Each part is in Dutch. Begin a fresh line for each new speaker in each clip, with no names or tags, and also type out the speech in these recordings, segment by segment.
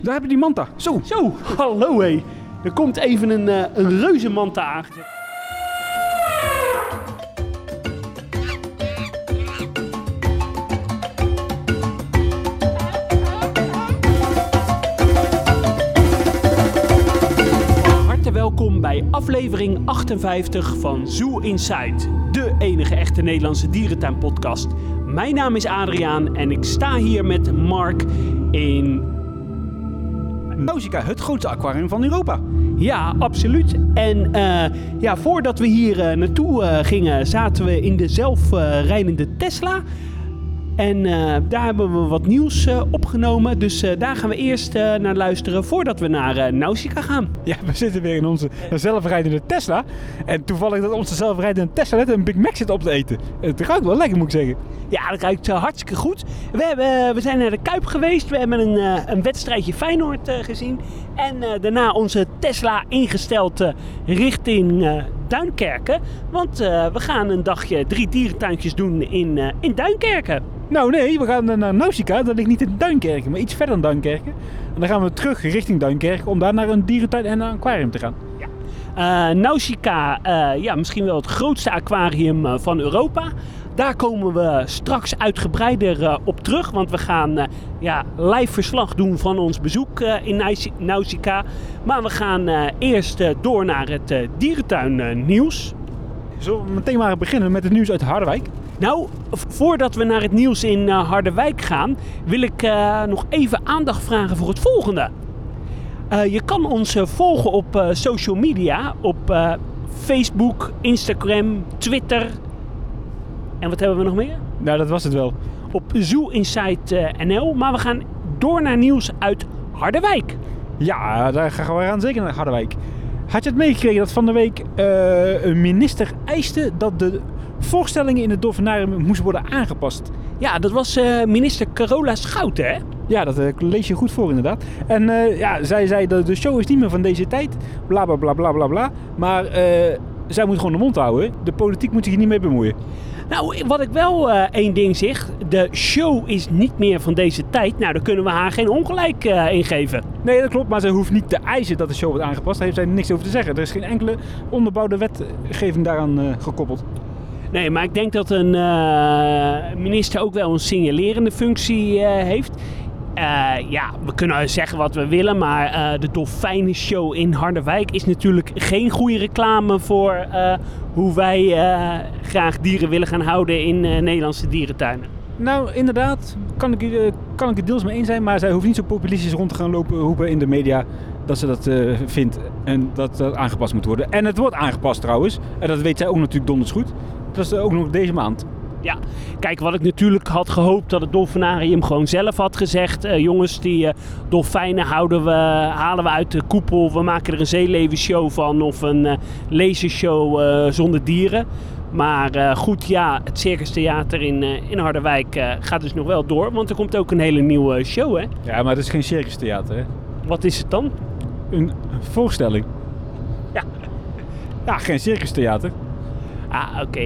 Daar heb je die manta. Zo, hallo hé. Er komt even een reuze manta aangezet. Welkom bij aflevering 58 van Zoo Inside, de enige echte Nederlandse dierentuinpodcast. Mijn naam is Adriaan en ik sta hier met Mark in
Nausicaa, het grootste aquarium van Europa.
Ja, absoluut. En voordat we hier naartoe gingen, zaten we in de zelfrijdende Tesla. En daar hebben we wat nieuws opgenomen. Dus daar gaan we eerst naar luisteren voordat we naar Nausicaa gaan.
Ja, we zitten weer in onze zelfrijdende Tesla. En toevallig dat onze zelfrijdende Tesla net een Big Mac zit op te eten. Het ruikt wel lekker, moet ik zeggen.
Ja, dat ruikt hartstikke goed. We zijn naar de Kuip geweest. We hebben een wedstrijdje Feyenoord gezien. En daarna onze Tesla ingesteld richting Duinkerken. Want we gaan een dagje 3 dierentuintjes doen in Duinkerken.
Nou nee, we gaan naar Nausicaa. Dat ligt niet in Duinkerken, maar iets verder dan Duinkerken. En dan gaan we terug richting Duinkerken om daar naar een dierentuin en een aquarium te gaan.
Ja. Nausicaa, misschien wel het grootste aquarium van Europa. Daar komen we straks uitgebreider op terug, want we gaan live verslag doen van ons bezoek in Nausicaa. Maar we gaan eerst door naar het dierentuin nieuws.
Zullen we meteen maar beginnen met het nieuws uit Harderwijk?
Nou, voordat we naar het nieuws in Harderwijk gaan, wil ik nog even aandacht vragen voor het volgende. Je kan ons volgen op social media, op Facebook, Instagram, Twitter. En wat hebben we nog meer?
Nou, dat was het wel.
Op Zoo Inside NL, maar we gaan door naar nieuws uit Harderwijk.
Ja, daar gaan we gaan zeker naar Harderwijk. Had je het meegekregen dat van de week een minister eiste dat de voorstellingen in het dolfinarium moesten worden aangepast?
Ja, dat was minister Carola Schouten, hè?
Ja, dat lees je goed voor inderdaad. En zij zei dat de show is niet meer van deze tijd, bla bla bla bla bla bla. Maar zij moet gewoon de mond houden. De politiek moet zich hier niet mee bemoeien.
Nou, wat ik wel één ding zeg, de show is niet meer van deze tijd. Nou, daar kunnen we haar geen ongelijk in geven.
Nee, dat klopt, maar zij hoeft niet te eisen dat de show wordt aangepast. Daar heeft zij niks over te zeggen. Er is geen enkele onderbouwde wetgeving daaraan gekoppeld.
Nee, maar ik denk dat een minister ook wel een signalerende functie heeft. We kunnen zeggen wat we willen, maar de dolfijnenshow in Harderwijk is natuurlijk geen goede reclame voor hoe wij graag dieren willen gaan houden in Nederlandse dierentuinen.
Nou, inderdaad, kan ik het deels mee eens zijn, maar zij hoeft niet zo populistisch rond te gaan lopen roepen in de media dat ze dat vindt en dat dat aangepast moet worden. En het wordt aangepast trouwens, en dat weet zij ook natuurlijk donders goed. Dat is ook nog deze maand.
Ja, kijk, wat ik natuurlijk had gehoopt dat het dolfinarium gewoon zelf had gezegd. Jongens, die dolfijnen halen we uit de koepel. We maken er een zeelevenshow van of een lasershow zonder dieren. Maar goed, ja, het Circus Theater in Harderwijk gaat dus nog wel door. Want er komt ook een hele nieuwe show, hè?
Ja, maar het is geen Circus Theater, hè?
Wat is het dan?
Een voorstelling.
Ja.
Ja, geen Circus Theater.
Ah, oké.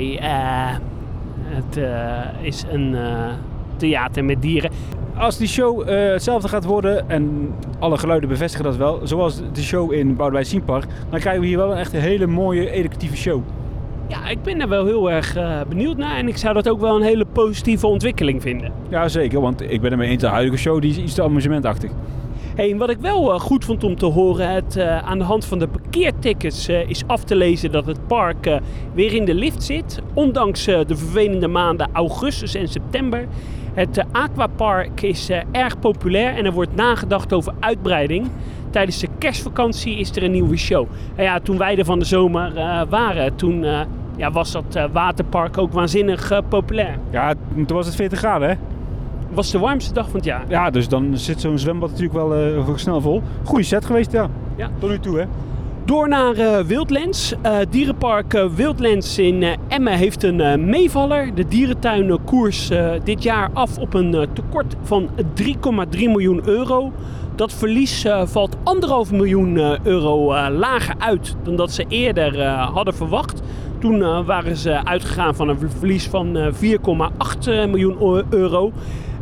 Het is een theater met dieren.
Als die show hetzelfde gaat worden, en alle geluiden bevestigen dat wel, zoals de show in Boudewijn Siempark, dan krijgen we hier wel echt een hele mooie educatieve show.
Ja, ik ben er wel heel erg benieuwd naar en ik zou dat ook wel een hele positieve ontwikkeling vinden.
Ja, zeker, want ik ben het mee eens, de huidige show die is iets te amusementachtig.
Hey, wat ik wel goed vond om te horen, aan de hand van de parkeertickets is af te lezen dat het park weer in de lift zit. Ondanks de vervelende maanden augustus en september. Het aquapark is erg populair en er wordt nagedacht over uitbreiding. Tijdens de kerstvakantie is er een nieuwe show. Toen wij er van de zomer waren, toen was dat waterpark ook waanzinnig populair.
Ja, toen was het 40 graden, hè?
Het was de warmste dag van het jaar.
Ja, dus dan zit zo'n zwembad natuurlijk wel snel vol. Goeie set geweest, ja. Tot nu toe, hè.
Door naar Wildlands. Dierenpark Wildlands in Emmen heeft een meevaller. De dierentuin koers dit jaar af op een tekort van 3,3 miljoen euro. Dat verlies valt 1,5 miljoen euro lager uit dan dat ze eerder hadden verwacht. Toen waren ze uitgegaan van een verlies van 4,8 miljoen euro.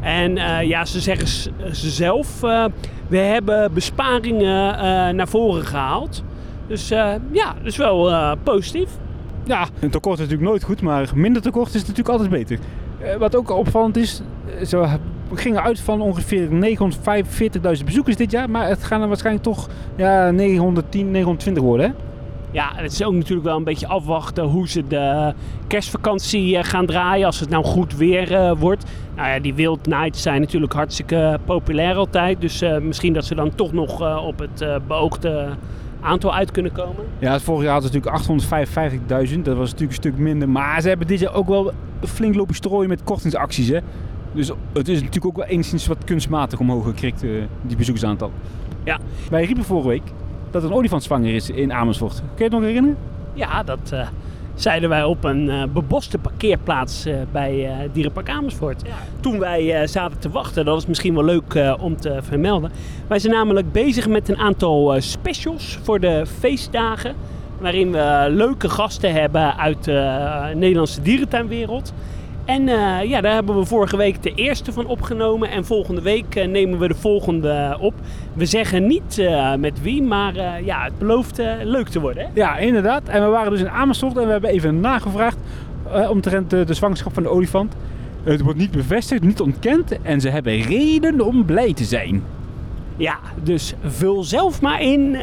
En ze zeggen zelf, we hebben besparingen naar voren gehaald. Dus dat is wel positief.
Ja, een tekort is natuurlijk nooit goed, maar minder tekort is natuurlijk altijd beter. Wat ook opvallend is, ze gingen uit van ongeveer 945.000 bezoekers dit jaar, maar het gaan er waarschijnlijk toch 910, 920 worden, hè?
Ja, het is ook natuurlijk wel een beetje afwachten hoe ze de kerstvakantie gaan draaien als het nou goed weer wordt. Nou ja, die Wild Nights zijn natuurlijk hartstikke populair altijd, dus misschien dat ze dan toch nog op het beoogde aantal uit kunnen komen.
Ja, het vorig jaar had het natuurlijk 855.000. Dat was natuurlijk een stuk minder. Maar ze hebben dit jaar ook wel flink lopen strooien met kortingsacties, hè. Dus het is natuurlijk ook wel enigszins wat kunstmatig omhoog gekrikt, die bezoekersaantal.
Ja.
Wij riepen vorige week dat er een olifant zwanger is in Amersfoort. Kun je het nog herinneren?
Ja, dat zeiden wij op een beboste parkeerplaats bij Dierenpark Amersfoort. Ja. Toen wij zaten te wachten, dat was misschien wel leuk om te vermelden. Wij zijn namelijk bezig met een aantal specials voor de feestdagen. Waarin we leuke gasten hebben uit de Nederlandse dierentuinwereld. En daar hebben we vorige week de eerste van opgenomen. En volgende week nemen we de volgende op. We zeggen niet met wie, maar het belooft leuk te worden. Hè?
Ja, inderdaad. En we waren dus in Amersfoort en we hebben even nagevraagd omtrent de zwangerschap van de olifant. Het wordt niet bevestigd, niet ontkend en ze hebben reden om blij te zijn.
Ja, dus vul zelf maar in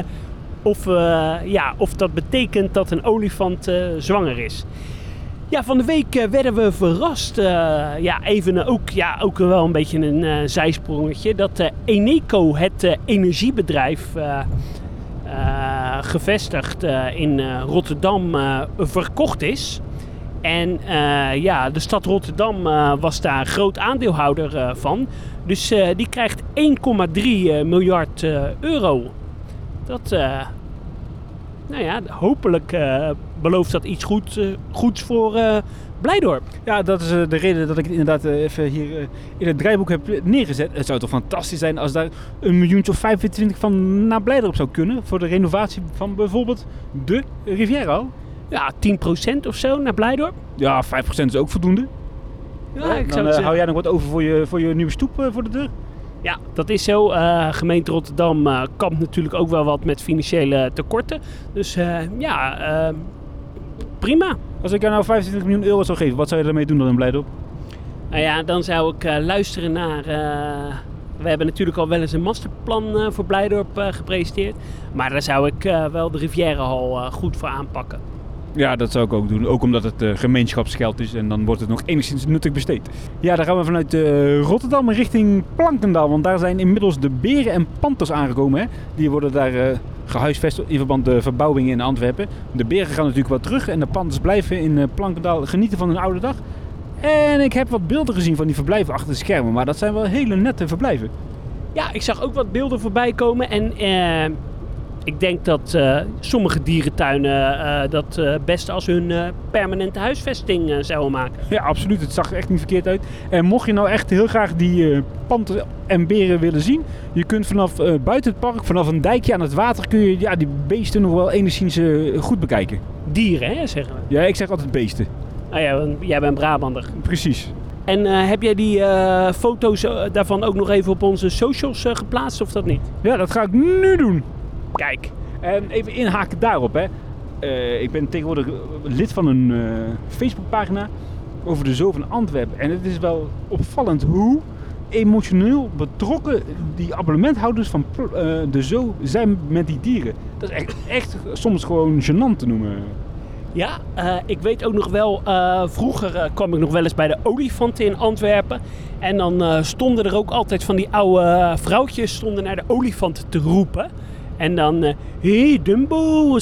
of dat betekent dat een olifant zwanger is. Ja, van de week werden we verrast. Ook wel een beetje een zijsprongetje. Dat Eneco, het energiebedrijf gevestigd in Rotterdam, verkocht is. En de stad Rotterdam was daar groot aandeelhouder van. Dus die krijgt 1,3 miljard euro. Dat... hopelijk belooft dat iets goeds voor Blijdorp.
Ja, dat is de reden dat ik het inderdaad even hier in het draaiboek heb neergezet. Het zou toch fantastisch zijn als daar een miljoentje of 25 van naar Blijdorp zou kunnen. Voor de renovatie van bijvoorbeeld de Riviera.
Ja, 10% of zo naar Blijdorp.
Ja, 5% is ook voldoende.
Ja,
hou jij nog wat over voor je nieuwe stoep voor de deur?
Ja, dat is zo. Gemeente Rotterdam kampt natuurlijk ook wel wat met financiële tekorten. Dus prima.
Als ik jou nou 25 miljoen euro zou geven, wat zou je ermee doen dan in Blijdorp?
Nou ja, dan zou ik luisteren naar... we hebben natuurlijk al wel eens een masterplan voor Blijdorp gepresenteerd. Maar daar zou ik wel de Rivierenhal goed voor aanpakken.
Ja, dat zou ik ook doen. Ook omdat het gemeenschapsgeld is en dan wordt het nog enigszins nuttig besteed. Ja, dan gaan we vanuit Rotterdam richting Plankendaal. Want daar zijn inmiddels de beren en panters aangekomen. Hè? Die worden daar gehuisvest in verband met de verbouwingen in Antwerpen. De beren gaan natuurlijk wel terug en de panters blijven in Plankendaal genieten van hun oude dag. En ik heb wat beelden gezien van die verblijven achter de schermen. Maar dat zijn wel hele nette verblijven.
Ja, ik zag ook wat beelden voorbij komen en... Ik denk dat sommige dierentuinen dat best als hun permanente huisvesting zouden maken.
Ja, absoluut. Het zag er echt niet verkeerd uit. En mocht je nou echt heel graag die panter en beren willen zien, je kunt vanaf buiten het park, vanaf een dijkje aan het water, kun je die beesten nog wel enigszins goed bekijken.
Dieren, hè, zeggen we?
Ja, ik zeg altijd beesten.
Ah ja, jij bent Brabander.
Precies.
En heb jij die foto's daarvan ook nog even op onze socials geplaatst of dat niet?
Ja, dat ga ik nu doen.
Kijk.
En even inhaken daarop, hè. Ik ben tegenwoordig lid van een Facebookpagina over de Zoo van Antwerpen. En het is wel opvallend hoe emotioneel betrokken die abonnementhouders van de Zoo zijn met die dieren. Dat is echt soms gewoon gênant te noemen.
Ja, ik weet ook nog wel, vroeger kwam ik nog wel eens bij de olifanten in Antwerpen. En dan stonden er ook altijd van die oude vrouwtjes stonden naar de olifanten te roepen. En dan, hey Dumbo,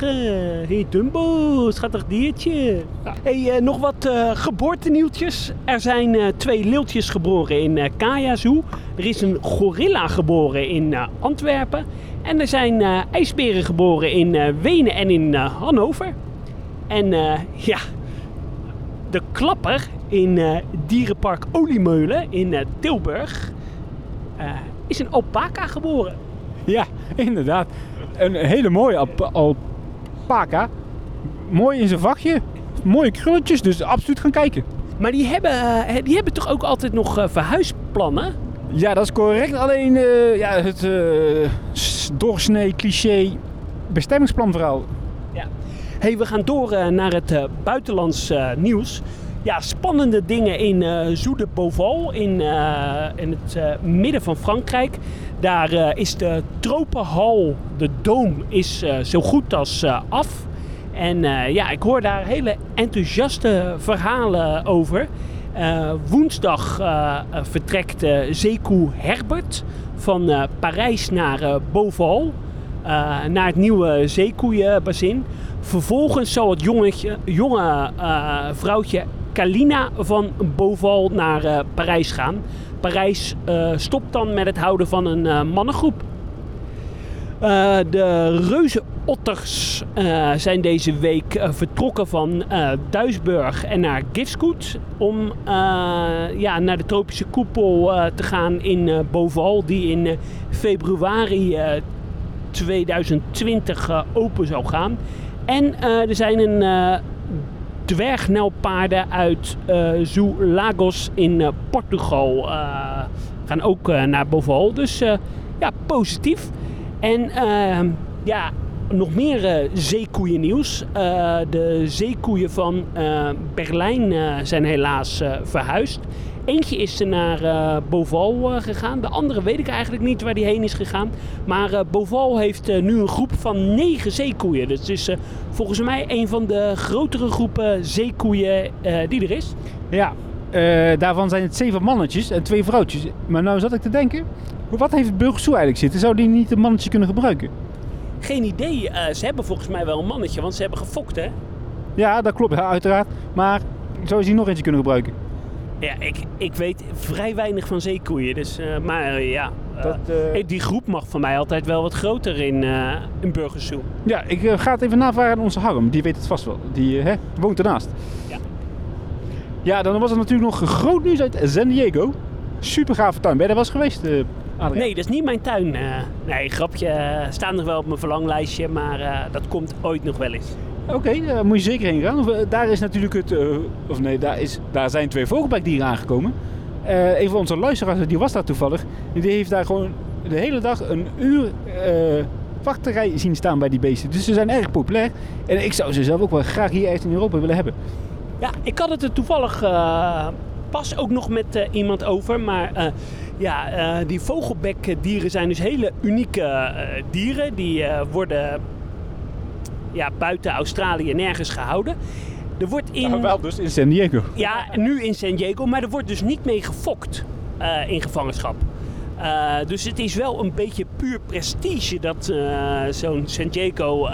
hey Dumbo, schattig diertje. Ja. Hey, nog wat geboortenieuwtjes. Er zijn 2 leeuwtjes geboren in Kaya Zoo. Er is een gorilla geboren in Antwerpen. En er zijn ijsberen geboren in Wenen en in Hannover. En de klapper in dierenpark Oliemeulen in Tilburg is een alpaca geboren.
Ja, inderdaad. Een hele mooie alpaca. Mooi in zijn vakje. Mooie krulletjes, dus absoluut gaan kijken.
Maar die hebben toch ook altijd nog verhuisplannen?
Ja, dat is correct. Alleen het doorsnee cliché bestemmingsplanverhaal.
Ja. Hey, we gaan door naar het buitenlands nieuws. Ja, spannende dingen in Zoedebeval in het midden van Frankrijk. Daar is de tropenhal, de Dome, is zo goed als af. En ik hoor daar hele enthousiaste verhalen over. Woensdag vertrekt zeekoe Herbert van Parijs naar Beauval, naar het nieuwe zeekoeienbazin. Vervolgens zal het jonge vrouwtje Kalina van Beauval naar Parijs gaan. Parijs stopt dan met het houden van een mannengroep. De reuzenotters zijn deze week vertrokken van Duisburg en naar Gifsgoed om naar de tropische koepel te gaan in Beauval, die in februari 2020 open zou gaan. En er zijn een dwergnelpaarden uit Zoo Lagos in Portugal gaan ook naar Beauval. Dus positief. En nog meer zeekoeiennieuws. De zeekoeien van Berlijn zijn helaas verhuisd. Eentje is naar Beauval gegaan. De andere weet ik eigenlijk niet waar die heen is gegaan. Maar Beauval heeft nu een groep van 9 zeekoeien. Dus het is volgens mij een van de grotere groepen zeekoeien die er is.
Ja, daarvan zijn het 7 mannetjes en 2 vrouwtjes. Maar nou zat ik te denken, wat heeft Burgersoe eigenlijk zitten? Zou die niet een mannetje kunnen gebruiken?
Geen idee. Ze hebben volgens mij wel een mannetje, want ze hebben gefokt, hè? Ja,
dat klopt, uiteraard. Maar zou ze die nog eentje kunnen gebruiken?
Ja, ik weet vrij weinig van zeekoeien. Dus, die groep mag van mij altijd wel wat groter in Burgersoe.
Ja, ik ga het even navragen aan onze Harm. Die weet het vast wel. Die woont ernaast.
Ja.
Ja, dan was er natuurlijk nog groot nieuws uit San Diego. Super gave tuin. Ben je daar wel eens geweest, Adriaan?
Nee, dat is niet mijn tuin. Nee, grapje. Staan nog wel op mijn verlanglijstje, maar dat komt ooit nog wel eens.
Oké, daar moet je zeker heen gaan. Daar is natuurlijk daar zijn 2 vogelbuikdieren aangekomen. Een van onze luisteraars, die was daar toevallig. Die heeft daar gewoon de hele dag een uur wachterij zien staan bij die beesten. Dus ze zijn erg populair. En ik zou ze zelf ook wel graag hier echt in Europa willen hebben.
Ja, ik had het er toevallig pas ook nog met iemand over. Maar die vogelbekdieren zijn dus hele unieke dieren. Die worden buiten Australië nergens gehouden. Er wordt
wel dus in San Diego.
Ja, nu in San Diego, maar er wordt dus niet mee gefokt in gevangenschap. Dus het is wel een beetje puur prestige dat zo'n San Diego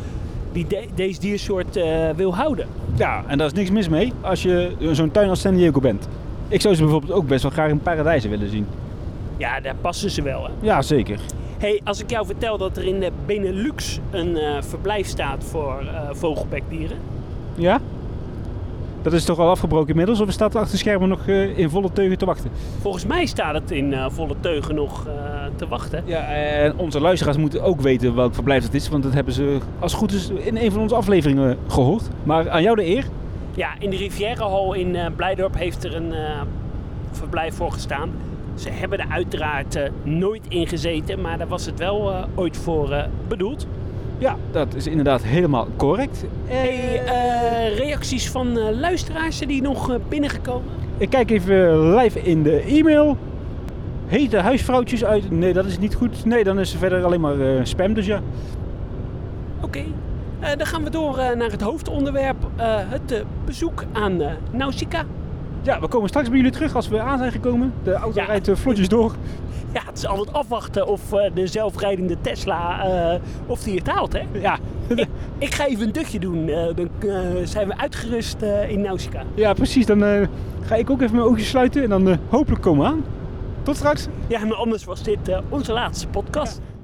deze diersoort wil houden.
Ja, en daar is niks mis mee als je zo'n tuin als San Diego bent. Ik zou ze bijvoorbeeld ook best wel graag in paradijzen willen zien.
Ja, daar passen ze wel, hè?
Ja, zeker.
Hey, als ik jou vertel dat er in de Benelux een verblijf staat voor vogelbekdieren.
Ja? Dat is toch al afgebroken inmiddels of staat er achter de schermen nog in volle teugen te wachten?
Volgens mij staat het in volle teugen nog te wachten.
Ja, en onze luisteraars moeten ook weten welk verblijf dat is, want dat hebben ze als het goed is in een van onze afleveringen gehoord. Maar aan jou de eer.
Ja, in de Rivierenhal in Blijdorp heeft er een verblijf voor gestaan. Ze hebben er uiteraard nooit in gezeten, maar daar was het wel ooit voor bedoeld.
Ja, dat is inderdaad helemaal correct.
Reacties van luisteraars die nog binnengekomen?
Ik kijk even live in de e-mail. Hete huisvrouwtjes uit? Nee, dat is niet goed. Nee, dan is er verder alleen maar spam, dus ja.
Oké. Dan gaan we door naar het hoofdonderwerp. Het bezoek aan Nausicaa.
Ja, we komen straks bij jullie terug als we aan zijn gekomen. De auto rijdt vlotjes door.
Ja, het is altijd afwachten of de zelfrijdende Tesla of die het haalt, hè?
Ja.
Ik ga even een dutje doen. Dan zijn we uitgerust in Nausicaa.
Ja, precies. Dan ga ik ook even mijn oogjes sluiten en dan hopelijk komen we aan. Tot straks.
Ja, maar anders was dit onze laatste podcast. Ja.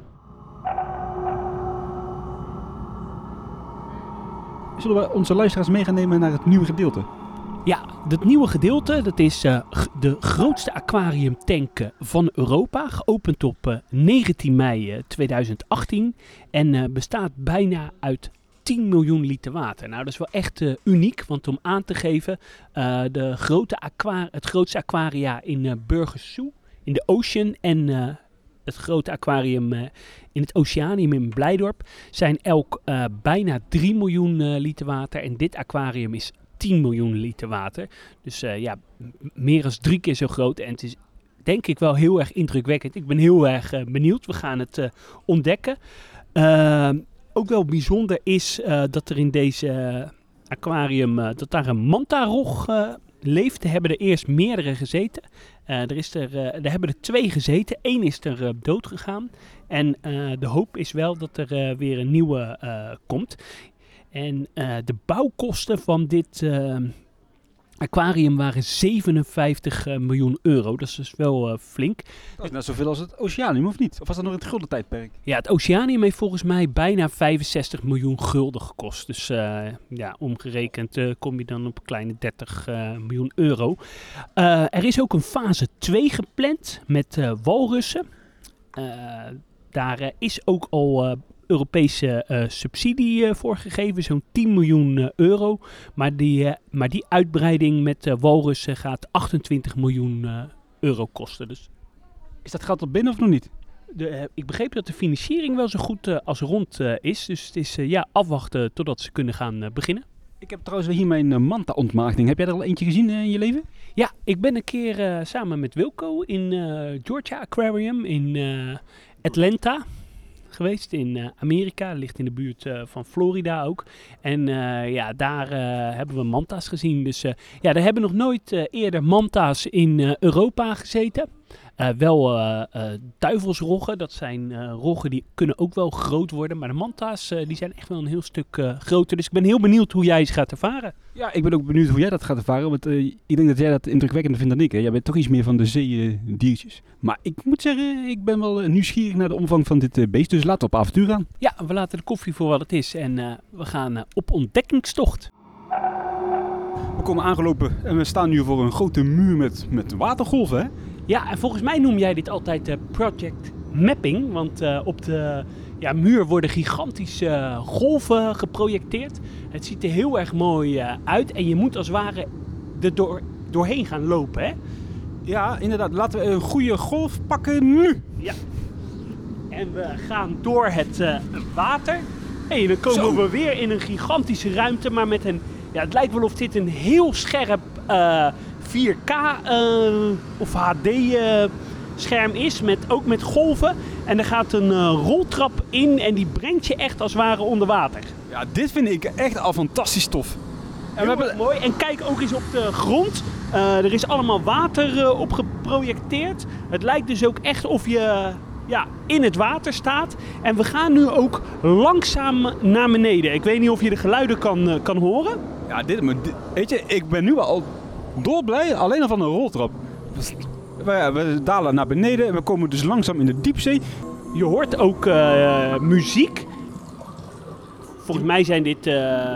Zullen we onze luisteraars mee gaan nemen naar het nieuwe gedeelte?
Ja, dat nieuwe gedeelte, dat is de grootste aquariumtank van Europa. Geopend op 19 mei 2018. En bestaat bijna uit 10 miljoen liter water. Nou, dat is wel echt uniek, want om aan te geven, het grootste aquaria in Burgers Zoo, in de Ocean en het grote aquarium in het Oceanium in Blijdorp zijn elk bijna 3 miljoen liter water. En dit aquarium is 10 miljoen liter water. Dus meer dan 3 keer zo groot. En het is denk ik wel heel erg indrukwekkend. Ik ben heel erg benieuwd. We gaan het ontdekken. Ook wel bijzonder is dat er in deze aquarium dat daar een mantarog leeft. Er hebben er eerst meerdere gezeten. Er hebben er 2 gezeten. 1 is er dood gegaan. En de hoop is wel dat er weer een nieuwe komt. En de bouwkosten van dit aquarium waren 57 miljoen euro. Dat is dus wel flink.
Dat is net zoveel als het Oceanium, of niet? Of was dat nog in het gulden tijdperk?
Ja, het Oceanium heeft volgens mij bijna 65 miljoen gulden gekost. Dus omgerekend kom je dan op een kleine 30 miljoen euro. Er is ook een fase 2 gepland met walrussen. Daar is ook al Europese subsidie voor gegeven, zo'n 10 miljoen euro. Maar die uitbreiding met walrussen gaat 28 miljoen euro kosten. Dus
is dat geld al binnen of nog niet?
Ik begreep dat de financiering wel zo goed als rond is. Dus het is afwachten totdat ze kunnen gaan beginnen.
Ik heb trouwens hier mijn manta-ontmaagding. Heb jij er al eentje gezien in je leven?
Ja, ik ben een keer samen met Wilco in Georgia Aquarium in Atlanta geweest in Amerika. Ligt in de buurt van Florida ook. En daar hebben we manta's gezien. Dus er hebben nog nooit eerder manta's in Europa gezeten. Wel duivelsroggen, dat zijn roggen die kunnen ook wel groot worden. Maar de manta's die zijn echt wel een heel stuk groter. Dus ik ben heel benieuwd hoe jij ze gaat ervaren.
Ja, ik ben ook benieuwd hoe jij dat gaat ervaren. Want ik denk dat jij dat indrukwekkender vindt dan ik. Hè? Jij bent toch iets meer van de zeediertjes. Maar ik moet zeggen, ik ben wel nieuwsgierig naar de omvang van dit beest. Dus laten we op avontuur gaan.
Ja, we laten de koffie voor wat het is. En we gaan op ontdekkingstocht.
We komen aangelopen en we staan nu voor een grote muur met watergolven, hè?
Ja, en volgens mij noem jij dit altijd project mapping. Want op de muur worden gigantische golven geprojecteerd. Het ziet er heel erg mooi uit. En je moet als het ware er doorheen gaan lopen, hè?
Ja, inderdaad. Laten we een goede golf pakken nu.
Ja. En we gaan door het water. En dan komen we weer in een gigantische ruimte. Maar met een... Ja, het lijkt wel of dit een heel scherp 4K of HD scherm is. Ook met golven. En er gaat een roltrap in en die brengt je echt als het ware onder water.
Ja, dit vind ik echt al fantastisch tof.
En we hebben... mooi. En kijk ook eens op de grond. Er is allemaal water op geprojecteerd. Het lijkt dus ook echt of je in het water staat. En we gaan nu ook langzaam naar beneden. Ik weet niet of je de geluiden kan horen.
Ja, weet je, ik ben nu al dolblij alleen al van een roltrap. We dalen naar beneden en we komen dus langzaam in de diepzee.
Je hoort ook muziek. Volgens mij zijn dit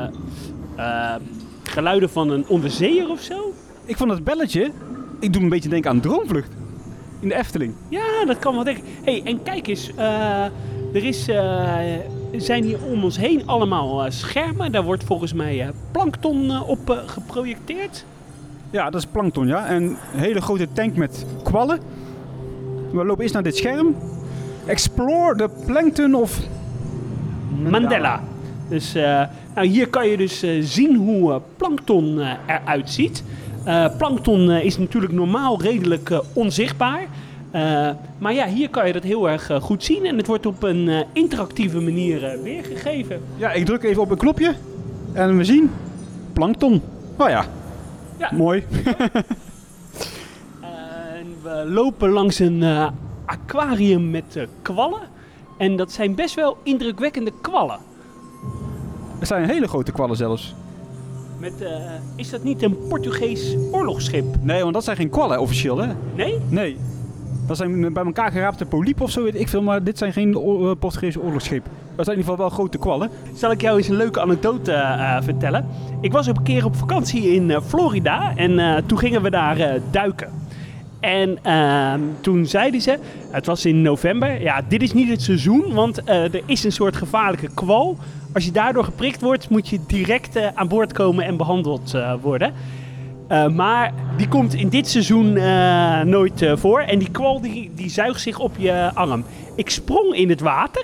geluiden van een onderzeeër of zo.
Ik vond het belletje, ik doe me een beetje denken aan Droomvlucht. In de Efteling.
Ja, dat kan wel denken. Hey, en kijk eens, zijn hier om ons heen allemaal schermen. Daar wordt volgens mij plankton op geprojecteerd.
Ja, dat is plankton, ja. En een hele grote tank met kwallen. We lopen eerst naar dit scherm. Explore the plankton of
Mandela. Dus hier kan je dus zien hoe plankton eruit ziet. Plankton is natuurlijk normaal redelijk onzichtbaar. Maar ja, hier kan je dat heel erg goed zien. En het wordt op een interactieve manier weergegeven.
Ja, ik druk even op een knopje. En we zien plankton. Oh ja, mooi.
We lopen langs een aquarium met kwallen. En dat zijn best wel indrukwekkende kwallen.
Er zijn hele grote kwallen zelfs.
Is dat niet een Portugees oorlogsschip?
Nee, want dat zijn geen kwallen officieel, hè?
Nee?
Nee. Dat zijn bij elkaar geraapte polypen of zo, weet ik veel. Maar dit zijn geen Portugese oorlogsschepen. Dat zijn in ieder geval wel grote kwallen.
Zal ik jou eens een leuke anekdote vertellen? Ik was een keer op vakantie in Florida en toen gingen we daar duiken. En toen zeiden ze, het was in november, ja, dit is niet het seizoen, want er is een soort gevaarlijke kwal. Als je daardoor geprikt wordt, moet je direct aan boord komen en behandeld worden. Maar die komt in dit seizoen nooit voor. En die kwal die zuigt zich op je arm. Ik sprong in het water.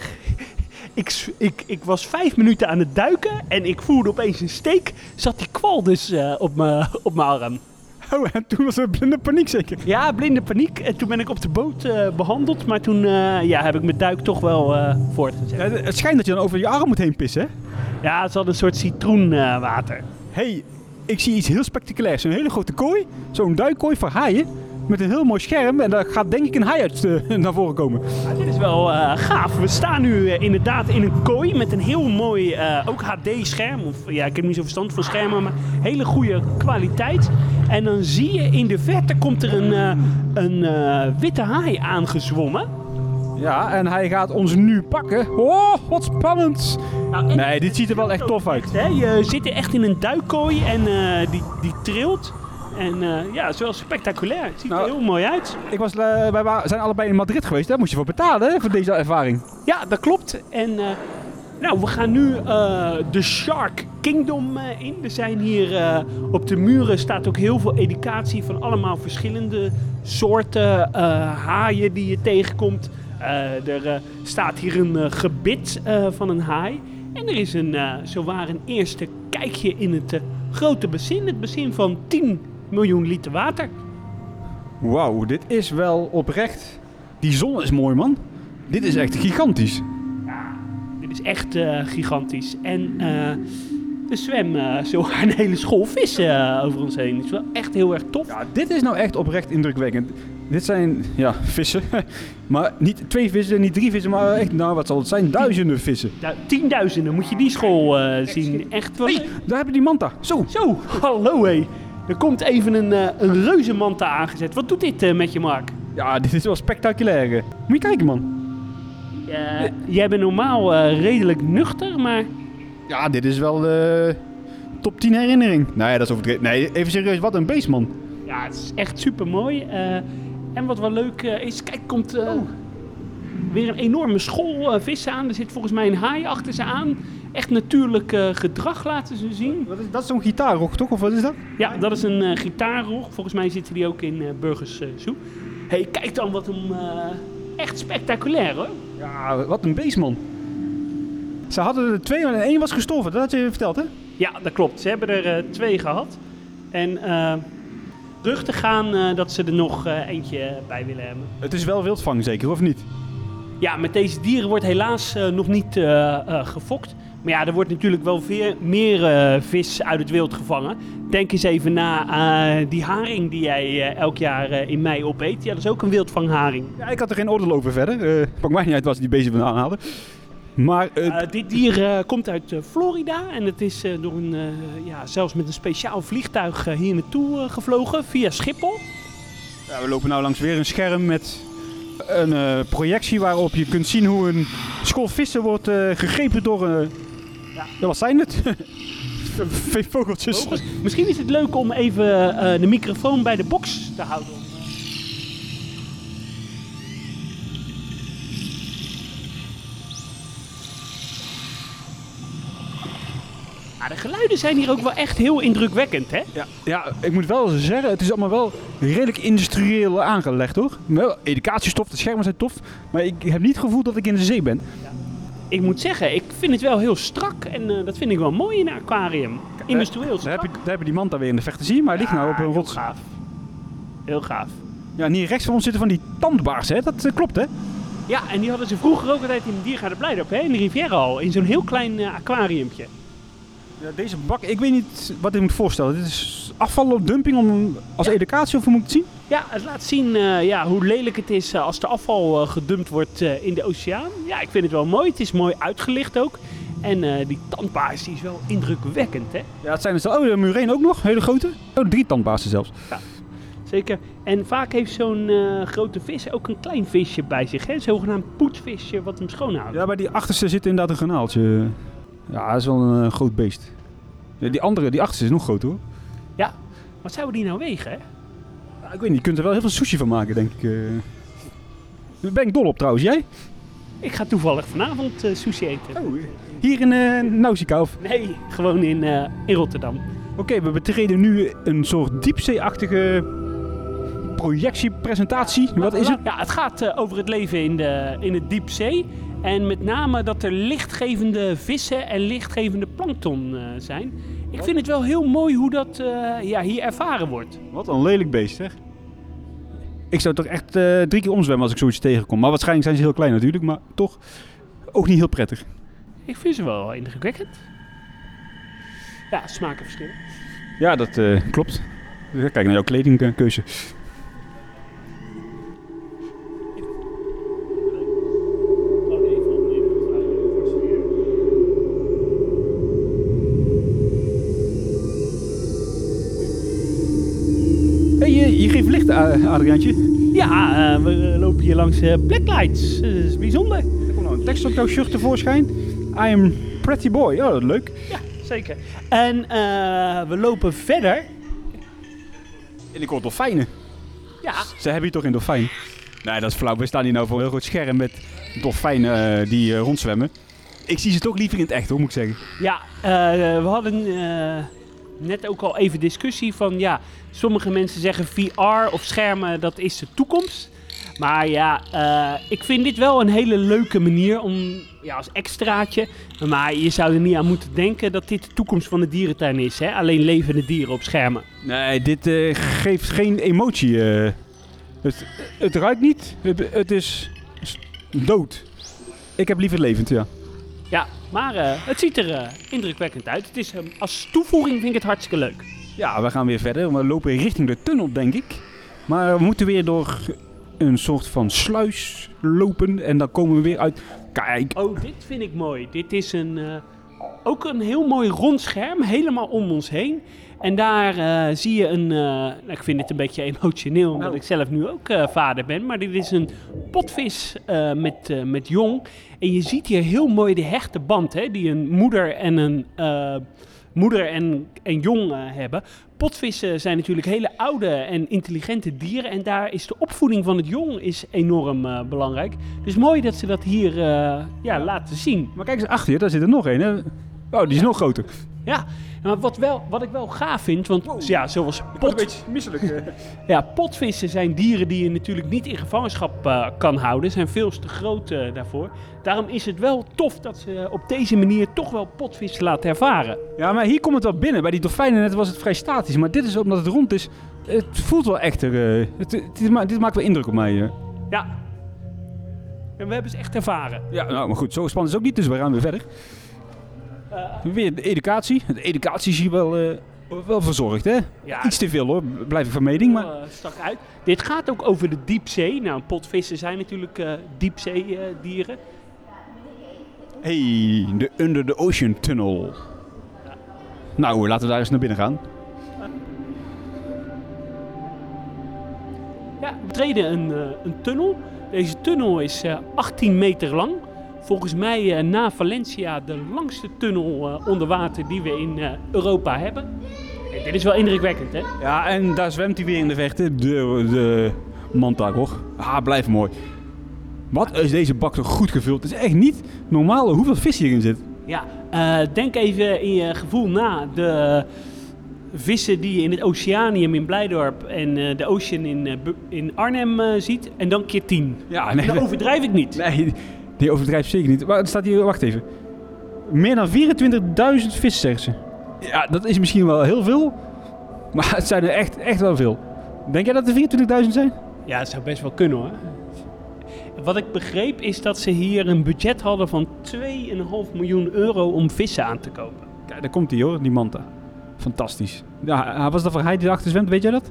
Ik was 5 minuten aan het duiken en ik voelde opeens een steek. Zat die kwal dus op mijn arm.
Oh, en toen was er blinde paniek zeker?
Ja, blinde paniek. En toen ben ik op de boot behandeld. Maar toen heb ik mijn duik toch wel voortgezet.
Ja, het schijnt dat je dan over je arm moet heen pissen, hè?
Ja, het had een soort citroenwater.
Hey, ik zie iets heel spectaculairs. Zo'n hele grote kooi. Zo'n duikkooi voor haaien. Met een heel mooi scherm. En daar gaat denk ik een haai uit naar voren komen.
Ja, dit is wel gaaf. We staan nu inderdaad in een kooi met een heel mooi ook HD-scherm. Of ja, ik heb niet zo verstand van schermen, maar hele goede kwaliteit. En dan zie je in de verte komt er een witte haai aangezwommen.
Ja, en hij gaat ons nu pakken. Oh, wat spannend.
Nou,
Nee, dit ziet er wel echt tof uit.
Hè? Je zit echt in een duikkooi en die trilt. En ja, het is wel spectaculair. Het ziet er heel mooi uit.
Wij zijn allebei in Madrid geweest. Daar moest je voor betalen, hè, voor deze ervaring.
Ja, dat klopt. En we gaan nu de Shark Kingdom in. Er zijn hier op de muren staat ook heel veel educatie van allemaal verschillende soorten haaien die je tegenkomt. Er staat hier een gebit van een haai. En er is zowaar een eerste kijkje in het grote bassin. Het bassin van 10 miljoen liter water.
Wauw, dit is wel oprecht. Die zon is mooi, man. Dit is echt gigantisch.
Dit is echt gigantisch. En er zwemmen zowaar een hele school vissen over ons heen. Het is wel echt heel erg tof.
Ja, dit is nou echt oprecht indrukwekkend. Dit zijn, ja, vissen. Maar niet 2 vissen, niet 3 vissen, maar echt, nou wat zal het zijn? Duizenden vissen.
Tienduizenden moet je die school zien. Echt wel.
Hey, daar hebben die manta. Zo.
Hallo hé. Er komt even een reuzenmanta aangezet. Wat doet dit met je, Mark?
Ja, dit is wel spectaculair. Moet je kijken, man.
Jij bent normaal redelijk nuchter, maar...
Ja, dit is wel top 10 herinnering. Nee, dat is overdreven. Nee, even serieus, wat een beest, man.
Ja, het is echt super mooi. En wat wel leuk is, kijk, komt weer een enorme school vissen aan. Er zit volgens mij een haai achter ze aan. Echt natuurlijk gedrag laten ze zien.
Dat is zo'n gitaarrog, toch? Of wat is dat?
Ja, dat is een gitaarrog. Volgens mij zitten die ook in Burgers Zoo. Hey, kijk dan wat hem echt spectaculair, hoor.
Ja, wat een beest, man. Ze hadden er 2 en 1 was gestorven. Dat had je verteld, hè?
Ja, dat klopt. Ze hebben er 2 gehad. En geruchten gaan dat ze er nog eentje bij willen hebben.
Het is wel wildvang, zeker, of niet?
Ja, met deze dieren wordt helaas nog niet gefokt. Maar ja, er wordt natuurlijk wel meer vis uit het wild gevangen. Denk eens even na die haring die jij elk jaar in mei opeet. Ja, dat is ook een wildvangharing.
Ja, ik had er geen oordeel over verder. Pak mij niet uit wat ze die beesten vandaan halen. Maar
dit dier komt uit Florida en het is door zelfs met een speciaal vliegtuig hier naartoe gevlogen via Schiphol.
Ja, we lopen nou langs weer een scherm met een projectie waarop je kunt zien hoe een school vissen wordt gegrepen door... wat zijn het? Vogeltjes.
Misschien is het leuk om even de microfoon bij de box te houden. De geluiden zijn hier ook wel echt heel indrukwekkend, hè?
Ja, ik moet wel zeggen, het is allemaal wel redelijk industrieel aangelegd, hoor. Wel, educatiestof, de schermen zijn tof, maar ik heb niet het gevoel dat ik in de zee ben.
Ja. Ik moet zeggen, ik vind het wel heel strak en dat vind ik wel mooi in een aquarium. Industrieel strak.
Daar hebben die manta weer in de vechten zien, maar hij ligt nou op een rots.
Gaaf. Heel gaaf.
Ja, en hier rechts van ons zitten van die tandbaarsen, hè? Dat klopt, hè?
Ja, en die hadden ze vroeger ook altijd in de Diergaarde Blijdorp, hè? In de Riviera al, in zo'n heel klein aquariumpje.
Ja, deze bak, ik weet niet wat ik moet voorstellen. Dit is afval of dumping als educatie, of hoe moet ik het zien?
Ja, het laat zien hoe lelijk het is als de afval gedumpt wordt in de oceaan. Ja, ik vind het wel mooi. Het is mooi uitgelicht ook. En die tandbaars die is wel indrukwekkend, hè?
Ja, het zijn er de mureen ook nog, hele grote. 3 tandbaarsen zelfs.
Ja, zeker. En vaak heeft zo'n grote vis ook een klein visje bij zich, hè? Een zogenaamd poetsvisje wat hem schoonhoudt.
Ja, bij die achterste zit inderdaad een granaaltje. Ja, dat is wel een groot beest. Ja, die achterste is nog groter, hoor.
Ja, wat zouden die nou wegen, hè?
Ik weet niet, je kunt er wel heel veel sushi van maken, denk ik. Daar ben ik dol op trouwens, jij?
Ik ga toevallig vanavond sushi eten.
Oh, hier in Nausicaa of?
Nee, gewoon in Rotterdam.
Oké, we betreden nu een soort diepzeeachtige projectiepresentatie. Wat is het?
Ja, het gaat over het leven in het diepzee. En met name dat er lichtgevende vissen en lichtgevende plankton zijn. Ik vind het wel heel mooi hoe dat hier ervaren wordt.
Wat een lelijk beest, zeg. Ik zou toch echt 3 keer omzwemmen als ik zoiets tegenkom. Maar waarschijnlijk zijn ze heel klein natuurlijk, maar toch ook niet heel prettig.
Ik vind ze wel indrukwekkend. Ja, smaken verschillen.
Ja, dat klopt. Kijk naar jouw kledingkeuze. Hey, je geeft licht, Adriaantje.
Ja, we lopen hier langs Blacklights. Dat is bijzonder.
Er komt nou een tekst op jouw shirt tevoorschijn. I am pretty boy. Oh, dat is leuk.
Ja, zeker. En we lopen verder.
En ik hoor dolfijnen.
Ja.
Ze hebben hier toch een dolfijn? Nee, dat is flauw. We staan hier nou voor een heel groot scherm met dolfijnen die rondzwemmen. Ik zie ze toch liever in het echt, hoor, moet ik zeggen.
Ja, we hadden net ook al even discussie van ja, sommige mensen zeggen VR of schermen, dat is de toekomst. Maar ja, ik vind dit wel een hele leuke manier om, ja, als extraatje. Maar je zou er niet aan moeten denken dat dit de toekomst van de dierentuin is, hè? Alleen levende dieren op schermen.
Nee, dit geeft geen emotie. Het ruikt niet. Het is dood. Ik heb liever levend, ja.
Ja, maar het ziet er indrukwekkend uit. Het is, als toevoeging vind ik het hartstikke leuk.
Ja, we gaan weer verder. We lopen richting de tunnel, denk ik. Maar we moeten weer door een soort van sluis lopen en dan komen we weer uit. Kijk.
Oh, dit vind ik mooi. Dit is ook een heel mooi rond scherm, helemaal om ons heen. En daar zie je een, ik vind dit een beetje emotioneel, omdat ik zelf nu ook vader ben. Maar dit is een potvis met jong. En je ziet hier heel mooi de hechte band, hè, die een moeder en jong hebben. Potvissen zijn natuurlijk hele oude en intelligente dieren. En daar is de opvoeding van het jong is enorm belangrijk. Dus mooi dat ze dat hier laten zien.
Maar kijk eens achter je, daar zit er nog een. Hè? Oh, die is nog groter.
Ja, maar wat ik wel gaaf vind, want ja, zoals potvissen zijn dieren die je natuurlijk niet in gevangenschap kan houden. Zijn veel te groot daarvoor. Daarom is het wel tof dat ze op deze manier toch wel potvissen laten ervaren.
Ja, maar hier komt het wel binnen. Bij die dolfijnen net was het vrij statisch. Maar dit is omdat het rond is. Het voelt wel echter. Dit maakt wel indruk op mij.
Ja. En we hebben ze echt ervaren.
Ja, nou, maar goed. Zo spannend is het ook niet. Dus we gaan weer verder. Weer de educatie. De educatie is hier wel verzorgd, hè? Ja, iets te veel, hoor. Blijf ik van mening, maar
stak uit. Dit gaat ook over de diepzee. Nou, potvissen zijn natuurlijk diepzeedieren.
Hey, de Under the Ocean Tunnel. Ja. Nou, laten we daar eens naar binnen gaan.
Ja, we treden een tunnel. Deze tunnel is 18 meter lang. Volgens mij na Valencia de langste tunnel onder water die we in Europa hebben. En dit is wel indrukwekkend, hè?
Ja, en daar zwemt hij weer in de verte, de manta, hoor. Blijft mooi. Wat is deze bak toch goed gevuld? Het is echt niet normaal hoeveel vis hierin zit.
Ja, denk even in je gevoel na. De vissen die je in het Oceanium in Blijdorp en de Ocean in Arnhem ziet. En dan keer 10. Ja, nee, dat overdrijf ik niet.
Nee, die overdrijft zeker niet. Maar het staat hier, wacht even. Meer dan 24.000 vissen, zeggen ze. Ja, dat is misschien wel heel veel. Maar het zijn er echt wel veel. Denk jij dat er 24.000 zijn?
Ja, dat zou best wel kunnen, hoor. Wat ik begreep is dat ze hier een budget hadden van 2,5 miljoen euro om vissen aan te kopen.
Kijk, daar komt hij, hoor, die manta. Fantastisch. Ja, was dat voor hij die erachter zwemt, weet jij dat?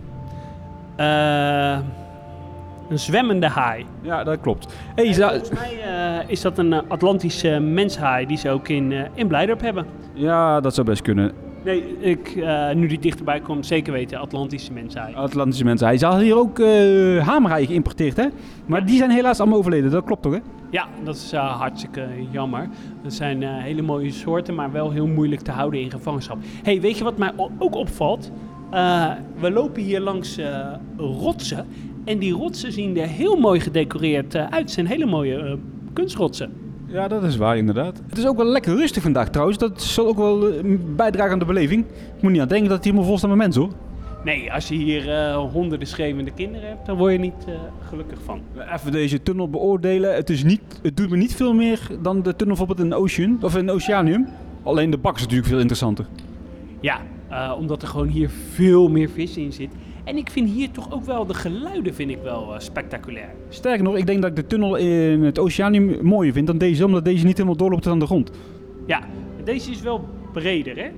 Een zwemmende haai.
Ja, dat klopt.
Hey, volgens mij is dat een Atlantische menshaai die ze ook in Blijdorp hebben.
Ja, dat zou best kunnen.
Nee, nu die dichterbij komt, zeker weten, Atlantische menshaai.
Atlantische menshaai. Ze hadden hier ook hamerhaaien geïmporteerd, hè? Maar die zijn helaas allemaal overleden, dat klopt toch, hè?
Ja, dat is hartstikke jammer. Dat zijn hele mooie soorten, maar wel heel moeilijk te houden in gevangenschap. Hey, weet je wat mij ook opvalt? We lopen hier langs rotsen. En die rotsen zien er heel mooi gedecoreerd uit. Het zijn hele mooie kunstrotsen.
Ja, dat is waar inderdaad. Het is ook wel lekker rustig vandaag trouwens. Dat zal ook wel bijdragen aan de beleving. Ik moet niet aan denken dat het hier helemaal vol staat met mensen hoor.
Nee, als je hier honderden schreeuwende kinderen hebt, dan word je niet gelukkig van.
Even deze tunnel beoordelen. Het doet me niet veel meer dan de tunnel bijvoorbeeld in Ocean of in Oceanium. Alleen de bak is natuurlijk veel interessanter.
Ja, omdat er gewoon hier veel meer vis in zit. En ik vind hier toch ook wel de geluiden vind ik wel spectaculair.
Sterker nog, ik denk dat ik de tunnel in het Oceanium mooier vind dan deze, omdat deze niet helemaal doorloopt aan de grond.
Ja, deze is wel breder, hè?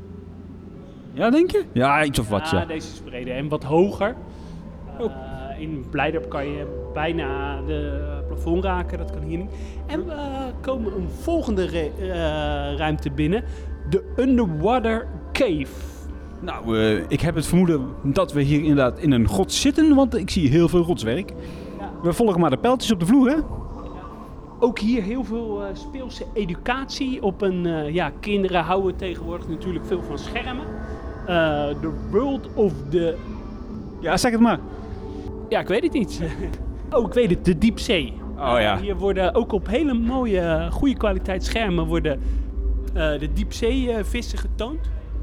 Ja, denk je? Ja, iets of wat, ja.
Deze is breder en wat hoger. In Blijdorp kan je bijna de plafond raken, dat kan hier niet. En we komen een volgende ruimte binnen, de Underwater Cave.
Nou, ik heb het vermoeden dat we hier inderdaad in een grot zitten, want ik zie heel veel rotswerk. Ja. We volgen maar de pijltjes op de vloer, hè?
Ook hier heel veel speelse educatie. Kinderen houden tegenwoordig natuurlijk veel van schermen. The World of the...
Ja, zeg het maar.
Ja, ik weet het niet. Ik weet het, de diepzee.
Oh ja.
Hier worden ook op hele mooie, goede kwaliteit schermen worden de diepzeevissen getoond.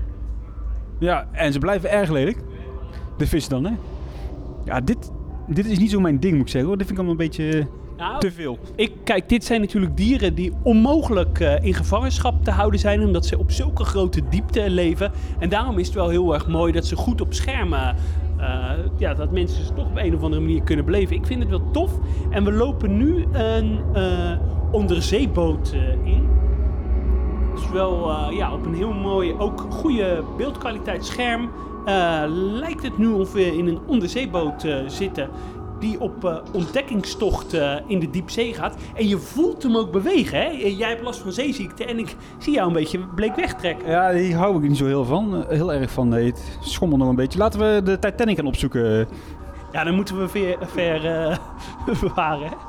Ja, en ze blijven erg lelijk. De vissen dan, hè? Ja, dit is niet zo mijn ding, moet ik zeggen, hoor. Dit vind ik allemaal een beetje te veel.
Kijk, dit zijn natuurlijk dieren die onmogelijk in gevangenschap te houden zijn, omdat ze op zulke grote diepte leven. En daarom is het wel heel erg mooi dat ze goed op schermen, dat mensen ze toch op een of andere manier kunnen beleven. Ik vind het wel tof. En we lopen nu een onderzeeboot in. Dus wel op een heel mooi, ook goede beeldkwaliteit scherm. Lijkt het nu of we in een onderzeeboot zitten die op ontdekkingstocht in de diepzee gaat. En je voelt hem ook bewegen, hè? Jij hebt last van zeeziekte en ik zie jou een beetje bleek wegtrekken.
Ja, die hou ik niet zo heel erg van. Nee, het schommelt nog een beetje. Laten we de Titanic gaan opzoeken.
Ja, dan moeten we ver bewaren, hè?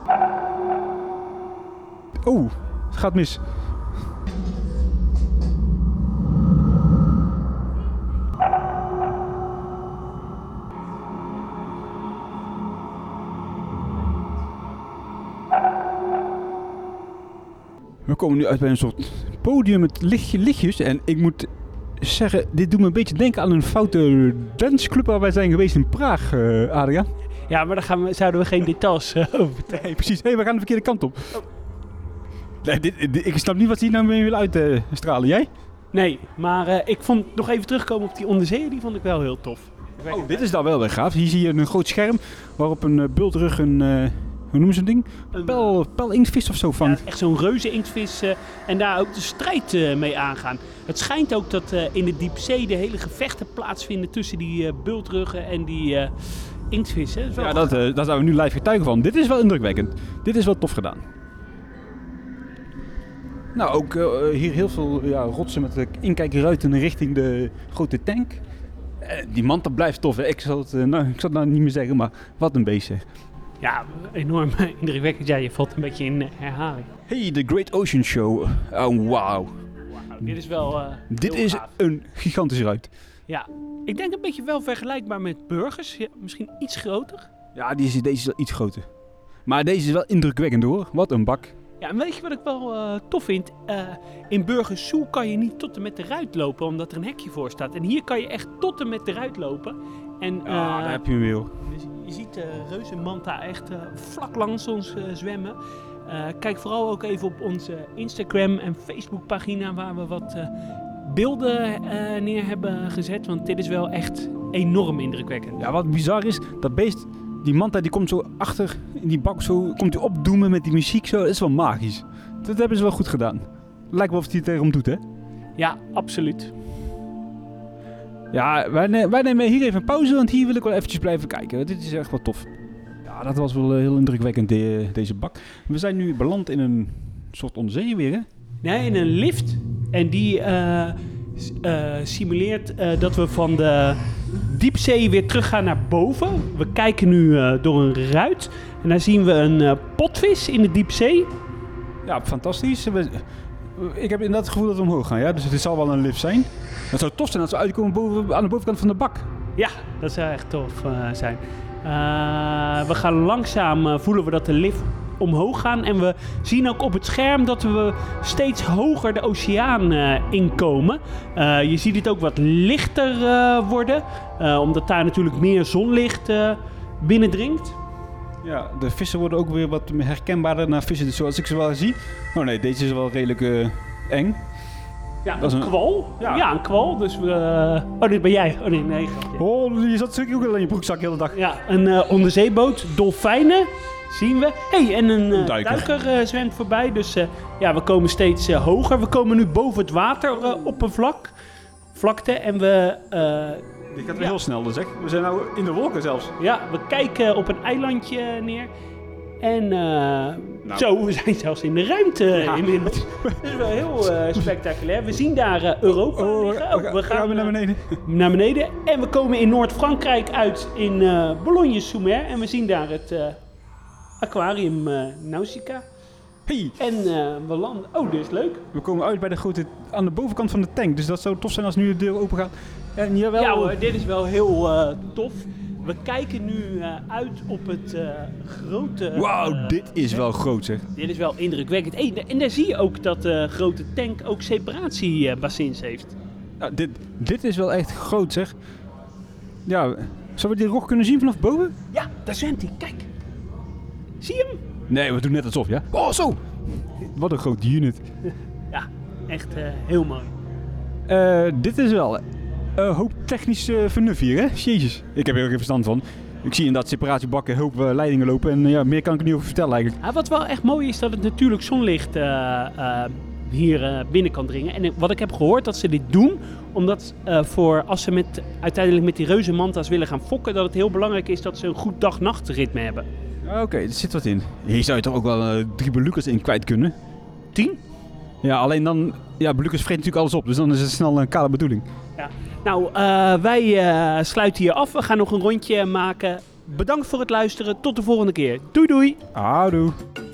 Oh, het gaat mis. We komen nu uit bij een soort podium met lichtjes. En ik moet zeggen, dit doet me een beetje denken aan een foute danceclub waar wij zijn geweest in Praag, Adriaan.
Ja, maar daar zouden we geen details over vertellen.
Nee, precies. We gaan de verkeerde kant op. Oh. Nee, ik snap niet wat ze hier nou mee willen uitstralen. Jij?
Nee, maar ik vond nog even terugkomen op die onderzeeër, die vond ik wel heel tof.
Oh, dit is dan wel weer gaaf. Hier zie je een groot scherm waarop een bultrug hoe noemen ze een ding? Pijl-inktvis of zo vangt.
Ja, echt zo'n reuze inktvis en daar ook de strijd mee aangaan. Het schijnt ook dat in de diepzee de hele gevechten plaatsvinden tussen die bultruggen en die inktvissen.
Ja, daar zijn we nu live getuigen van. Dit is wel indrukwekkend. Dit is wel tof gedaan. Nou, ook hier heel veel rotsen met inkijkruiten richting de grote tank. Die manta blijft tof, hè? Ik zal het nou niet meer zeggen, maar wat een beest zeg.
Ja, enorm indrukwekkend. Ja, je valt een beetje in herhaling.
Hey, The Great Ocean Show. Oh, wauw.
Dit is wel
dit is
gaaf.
Een gigantische ruit.
Ja, ik denk een beetje wel vergelijkbaar met Burgers. Ja, misschien iets groter.
Ja, deze is wel iets groter. Maar deze is wel indrukwekkend hoor. Wat een bak.
Ja, en weet je wat ik wel tof vind? In Burgers Zoo kan je niet tot en met de ruit lopen, omdat er een hekje voor staat. En hier kan je echt tot en met de ruit lopen. En,
daar heb je hem weer.
Dus je ziet de reuzenmanta echt vlak langs ons zwemmen. Kijk vooral ook even op onze Instagram en Facebook pagina waar we wat beelden neer hebben gezet. Want dit is wel echt enorm indrukwekkend.
Ja, wat bizar is, dat beest, die manta die komt zo achter in die bak, zo komt hij opdoemen met die muziek zo. Dat is wel magisch. Dat hebben ze wel goed gedaan. Lijkt wel of hij het erom doet, hè?
Ja, absoluut.
Ja, wij nemen hier even een pauze, want hier wil ik wel eventjes blijven kijken. Dit is echt wel tof. Ja, dat was wel heel indrukwekkend, deze bak. We zijn nu beland in een soort onderzee weer, hè?
Nee, in een lift. En die simuleert dat we van de diepzee weer teruggaan naar boven. We kijken nu door een ruit. En daar zien we een potvis in de diepzee.
Ja, fantastisch. ik heb inderdaad het gevoel dat we omhoog gaan, ja? Dus het zal wel een lift zijn. Het zou tof zijn als we uitkomen aan de bovenkant van de bak.
Ja, dat zou echt tof zijn. We gaan langzaam, voelen we dat de lift omhoog gaan. En we zien ook op het scherm dat we steeds hoger de oceaan inkomen. Je ziet het ook wat lichter worden. Omdat daar natuurlijk meer zonlicht binnendringt.
Ja, de vissen worden ook weer wat herkenbaarder naar vissen. Dus zoals ik ze wel zie. Oh nee, deze is wel redelijk eng.
Ja,
Dat is
een kwal.
Ja.
Ja, een kwal. Dus oh, dit ben jij. Oh nee. Grapje.
Oh, je zat zeker ook al in je broekzak de hele dag.
Ja, een onderzeeboot. Dolfijnen zien we. Hey, en een duiker zwemt voorbij. Dus ja, we komen steeds hoger. We komen nu boven het wateroppervlakte. En we...
Dit gaat weer heel snel, dus zeg. We zijn nou in de wolken zelfs.
Ja, we kijken op een eilandje neer. En zo, we zijn zelfs in de ruimte inmiddels. Dat is wel heel spectaculair. We zien daar Europa liggen.
We gaan naar beneden.
Naar beneden. En we komen in Noord-Frankrijk uit in Boulogne-sur-Mer. En we zien daar het aquarium Nausicaa.
Hey.
En we landen... Oh, dit is leuk.
We komen uit bij aan de bovenkant van de tank. Dus dat zou tof zijn als nu de deur open gaat. En jawel.
Ja hoor, dit is wel heel tof. We kijken nu uit op het grote...
Wauw, dit is wel groot zeg.
Dit is wel indrukwekkend. Hey, en daar zie je ook dat de grote tank ook separatiebassins heeft.
Nou, dit is wel echt groot zeg. Ja, zouden we die rog kunnen zien vanaf boven?
Ja, daar zwemt hij. Kijk. Zie je hem?
Nee, we doen net alsof, ja? Oh, zo! Wat een groot unit.
Ja, echt heel mooi.
Dit is wel hoop technisch vernuf hier, hè? Jezus. Ik heb er geen verstand van. Ik zie inderdaad separatiebakken, hoop leidingen lopen. En ja, meer kan ik er niet over vertellen eigenlijk.
Wat wel echt mooi is, dat het natuurlijk zonlicht hier binnen kan dringen. En wat ik heb gehoord, dat ze dit doen, omdat voor als ze uiteindelijk met die reuze manta's willen gaan fokken, dat het heel belangrijk is dat ze een goed dag-nachtritme hebben.
Oké, er zit wat in. Hier zou je toch ook wel 3 belukkers in kwijt kunnen?
10?
Ja, alleen dan... Ja, belukkers vreten natuurlijk alles op, dus dan is het snel een kale bedoeling.
Ja. Nou, wij sluiten hier af. We gaan nog een rondje maken. Bedankt voor het luisteren. Tot de volgende keer. Doei doei.
Houdoe.